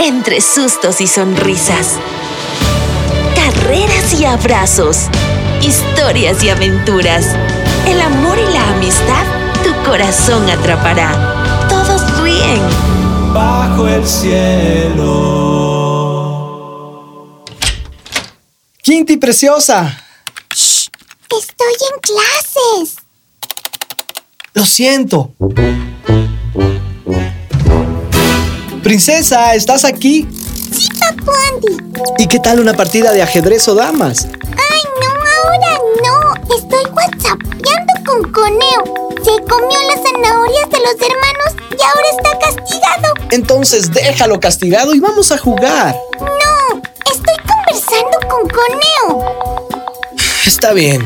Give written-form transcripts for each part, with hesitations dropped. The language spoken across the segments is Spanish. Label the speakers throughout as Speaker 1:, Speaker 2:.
Speaker 1: entre sustos y sonrisas, carreras y abrazos, historias y aventuras. El amor y la amistad tu corazón atrapará. Todos ríen.
Speaker 2: Bajo el cielo.
Speaker 3: ¡Quinti, preciosa!
Speaker 4: ¡Shh! ¡Estoy en clases!
Speaker 3: Lo siento. Princesa, ¿estás aquí?
Speaker 4: Sí, Papu Andy.
Speaker 3: ¿Y qué tal una partida de ajedrez o damas?
Speaker 4: Ay, no, ahora no. Estoy whatsappeando con Coneo. Se comió las zanahorias de los hermanos y ahora está castigado.
Speaker 3: Entonces déjalo castigado y vamos a jugar.
Speaker 4: No, estoy conversando con Coneo.
Speaker 3: Está bien.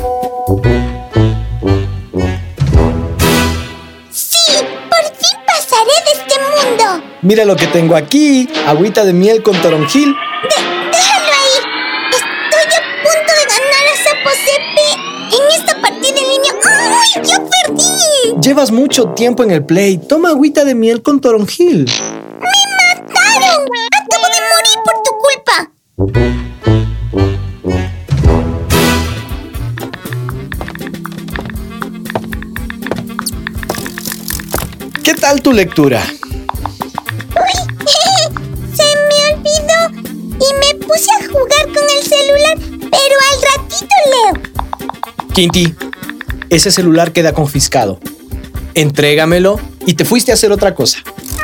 Speaker 4: Sí, por fin pasaré de este mundo.
Speaker 3: Mira lo que tengo aquí. Agüita de miel con toronjil.
Speaker 4: Déjalo ahí. Estoy a punto de ganar a Sapo CP en esta partida en línea. ¡Ay, ya perdí!
Speaker 3: Llevas mucho tiempo en el play. Toma agüita de miel con toronjil.
Speaker 4: ¡Me mataron! ¡Acabo de morir por tu culpa!
Speaker 3: ¿Qué tal tu lectura?
Speaker 4: ¡Uy! Se me olvidó y me puse a jugar con el celular, pero al ratito leo.
Speaker 3: Quinti, ese celular queda confiscado. Entrégamelo y te fuiste a hacer otra cosa.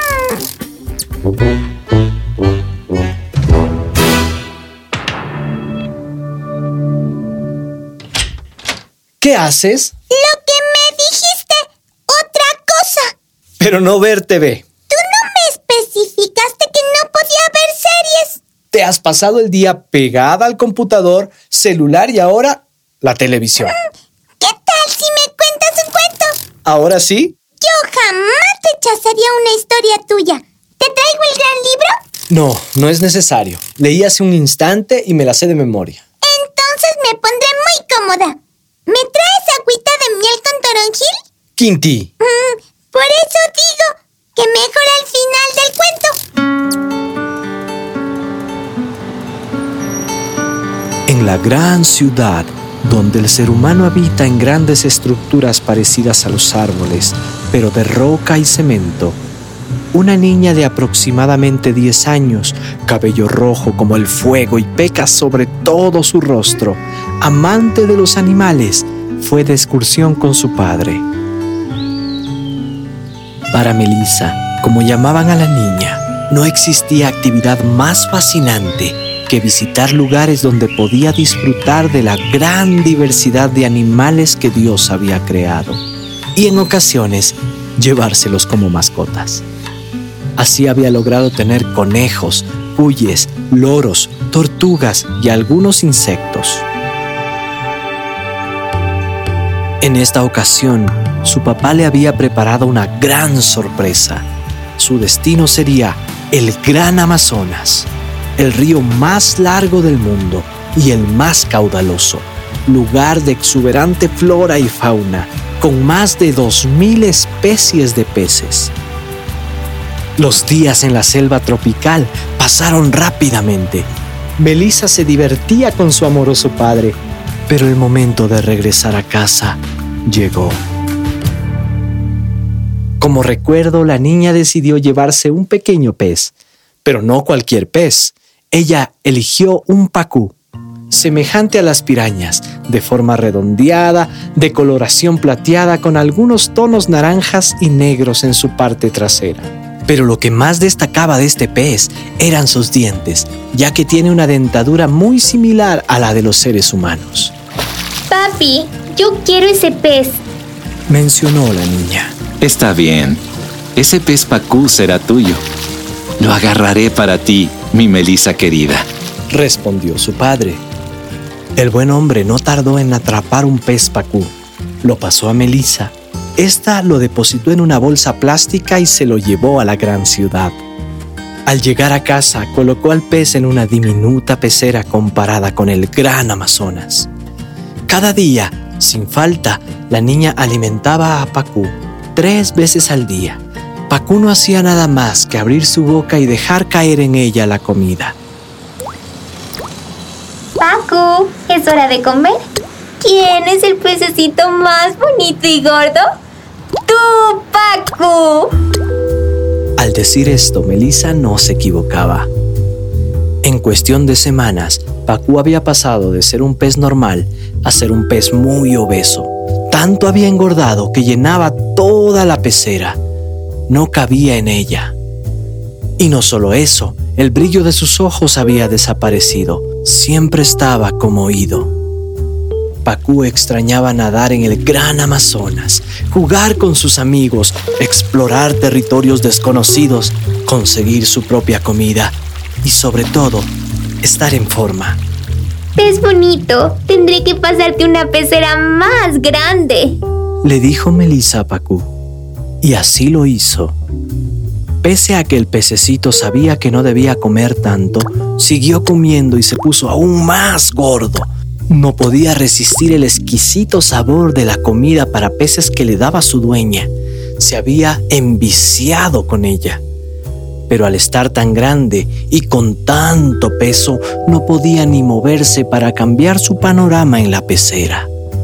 Speaker 3: ¿Qué haces?
Speaker 4: Lo que me dijiste, otra cosa.
Speaker 3: Pero no ver TV.
Speaker 4: Tú no me especificaste que no podía ver series.
Speaker 3: Te has pasado el día pegada al computador, celular y ahora la televisión.
Speaker 4: ¿Qué tal si me cuentas un cuento?
Speaker 3: ¿Ahora sí?
Speaker 4: Yo jamás rechazaría una historia tuya. ¿Te traigo el gran libro?
Speaker 3: No, no es necesario. Leí hace un instante y me la sé de memoria.
Speaker 4: Entonces me pondré muy cómoda. ¿Me traes agüita de miel con toronjil?
Speaker 3: Quinti.
Speaker 4: Por eso digo que mejor al final del cuento.
Speaker 5: En la gran ciudad, donde el ser humano habita en grandes estructuras parecidas a los árboles, pero de roca y cemento, una niña de aproximadamente 10 años, cabello rojo como el fuego y pecas sobre todo su rostro, amante de los animales, fue de excursión con su padre. Para Melissa, como llamaban a la niña, no existía actividad más fascinante que visitar lugares donde podía disfrutar de la gran diversidad de animales que Dios había creado y en ocasiones llevárselos como mascotas. Así había logrado tener conejos, cuyes, loros, tortugas y algunos insectos. En esta ocasión, su papá le había preparado una gran sorpresa. Su destino sería el Gran Amazonas, el río más largo del mundo y el más caudaloso, lugar de exuberante flora y fauna, con más de 2,000 especies de peces. Los días en la selva tropical pasaron rápidamente. Melissa se divertía con su amoroso padre, pero el momento de regresar a casa llegó. Como recuerdo, la niña decidió llevarse un pequeño pez, pero no cualquier pez. Ella eligió un pacú, semejante a las pirañas, de forma redondeada, de coloración plateada con algunos tonos naranjas y negros en su parte trasera. Pero lo que más destacaba de este pez eran sus dientes, ya que tiene una dentadura muy similar a la de los seres humanos.
Speaker 6: Papi, yo quiero ese pez,
Speaker 5: mencionó la niña.
Speaker 7: Está bien, ese pez pacú será tuyo. Lo agarraré para ti, mi Melissa querida,
Speaker 5: respondió su padre. El buen hombre no tardó en atrapar un pez pacú. Lo pasó a Melissa. Esta lo depositó en una bolsa plástica y se lo llevó a la gran ciudad. Al llegar a casa, colocó al pez en una diminuta pecera comparada con el Gran Amazonas. Cada día, sin falta, la niña alimentaba a Pacú 3 veces al día. Pacu no hacía nada más que abrir su boca y dejar caer en ella la comida.
Speaker 6: Pacu, ¿es hora de comer? ¿Quién es el pececito más bonito y gordo? ¡Tú, Pacu!
Speaker 5: Al decir esto, Melissa no se equivocaba. En cuestión de semanas, Pacu había pasado de ser un pez normal a ser un pez muy obeso. Tanto había engordado que llenaba toda la pecera. No cabía en ella. Y no solo eso, el brillo de sus ojos había desaparecido. Siempre estaba conmovido. Pacu extrañaba nadar en el gran Amazonas, jugar con sus amigos, explorar territorios desconocidos, conseguir su propia comida y sobre todo, estar en forma.
Speaker 6: Pez bonito, tendré que pasarte una pecera más grande,
Speaker 5: le dijo Melissa a Pacu. Y así lo hizo. Pese a que el pececito sabía que no debía comer tanto, siguió comiendo y se puso aún más gordo. No podía resistir el exquisito sabor de la comida para peces que le daba su dueña. Se había enviciado con ella. Pero al estar tan grande y con tanto peso, no podía ni moverse para cambiar su panorama en la pecera.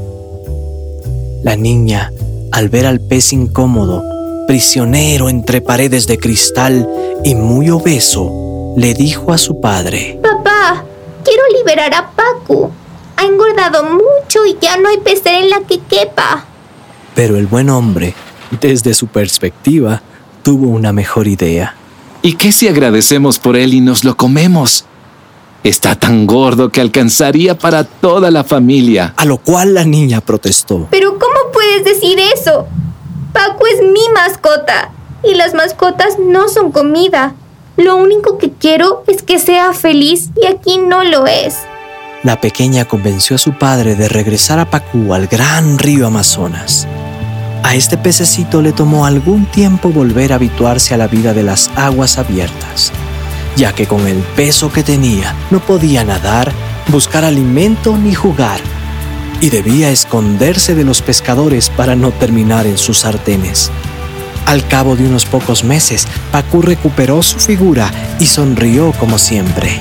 Speaker 5: La niña, al ver al pez incómodo, prisionero entre paredes de cristal y muy obeso, le dijo a su padre:
Speaker 6: Papá, quiero liberar a Pacu. Ha engordado mucho y ya no hay pecera en la que quepa.
Speaker 5: Pero el buen hombre, desde su perspectiva, tuvo una mejor idea.
Speaker 7: ¿Y qué si agradecemos por él y nos lo comemos? Está tan gordo que alcanzaría para toda la familia.
Speaker 5: A lo cual la niña protestó.
Speaker 6: ¿Pero cómo puedes decir eso? Pacu es mi mascota y las mascotas no son comida. Lo único que quiero es que sea feliz y aquí no lo es.
Speaker 5: La pequeña convenció a su padre de regresar a Pacu al gran río Amazonas. A este pececito le tomó algún tiempo volver a habituarse a la vida de las aguas abiertas, ya que con el peso que tenía no podía nadar, buscar alimento ni jugar, y debía esconderse de los pescadores para no terminar en sus sartenes. Al cabo de unos pocos meses, Pacu recuperó su figura y sonrió como siempre.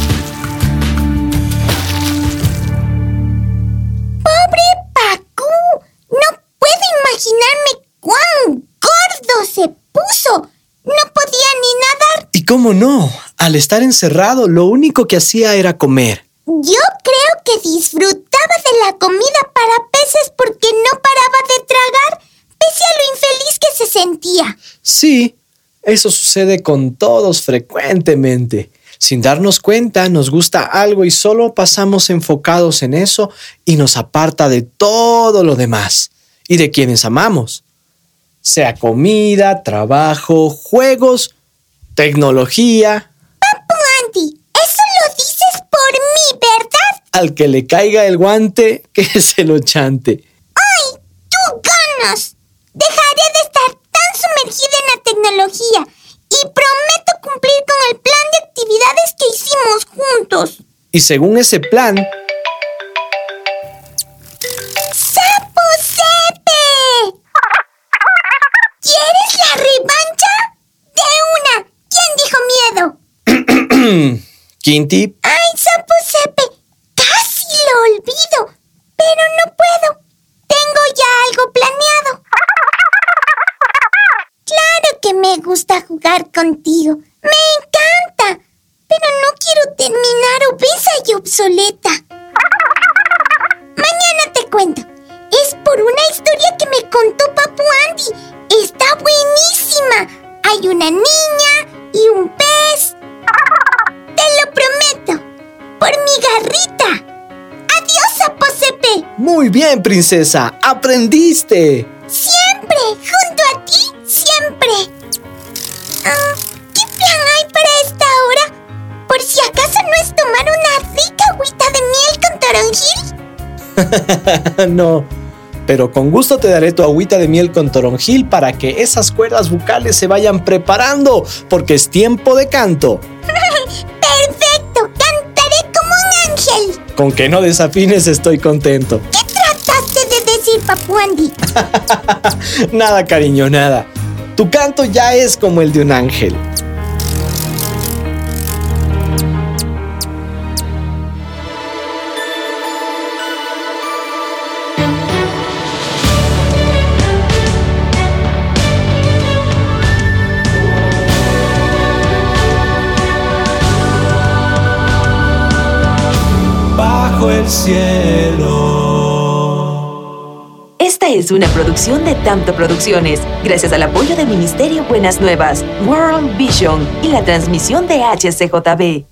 Speaker 4: Imaginarme cuán gordo se puso. No podía ni nadar.
Speaker 3: ¿Y cómo no? Al estar encerrado, lo único que hacía era comer.
Speaker 4: Yo creo que disfrutaba de la comida para peces porque no paraba de tragar, pese a lo infeliz que se sentía.
Speaker 3: Sí, eso sucede con todos frecuentemente. Sin darnos cuenta, nos gusta algo y solo pasamos enfocados en eso y nos aparta de todo lo demás. Y de quienes amamos, sea comida, trabajo, juegos, tecnología.
Speaker 4: Papu Andy, eso lo dices por mí, ¿verdad?
Speaker 3: Al que le caiga el guante, que se lo chante.
Speaker 4: ¡Ay, tú ganas! Dejaré de estar tan sumergida en la tecnología y prometo cumplir con el plan de actividades que hicimos juntos.
Speaker 3: Y según ese plan...
Speaker 4: ¿Quieres la revancha? De una. ¿Quién dijo miedo?
Speaker 3: Quinti.
Speaker 4: ¡Ay, Sapo Sepe! Casi lo olvido. Pero no puedo. Tengo ya algo planeado. Claro que me gusta jugar contigo. Me encanta. Pero no quiero terminar obesa y obsoleta. Mañana te cuento. Es por una historia que me contó Papu Andy. Está buenísima. Hay una niña y un pez. Te lo prometo. Por mi garrita. Adiós, Sapo Sepe.
Speaker 3: Muy bien, princesa. ¡Aprendiste!
Speaker 4: Siempre. Junto a ti. Siempre. ¿Qué plan hay para esta hora? Por si acaso no es tomar una rica agüita de miel con toronjil.
Speaker 3: No, pero con gusto te daré tu agüita de miel con toronjil para que esas cuerdas vocales se vayan preparando, porque es tiempo de canto.
Speaker 4: ¡Perfecto! ¡Cantaré como un ángel!
Speaker 3: Con que no desafines estoy contento.
Speaker 4: ¿Qué trataste de decir, Papu Andy?
Speaker 3: Nada, cariño, nada. Tu canto ya es como el de un ángel.
Speaker 2: Bajo el cielo.
Speaker 1: Esta es una producción de Tamto Producciones, gracias al apoyo del Ministerio Buenas Nuevas, World Vision y la transmisión de HCJB.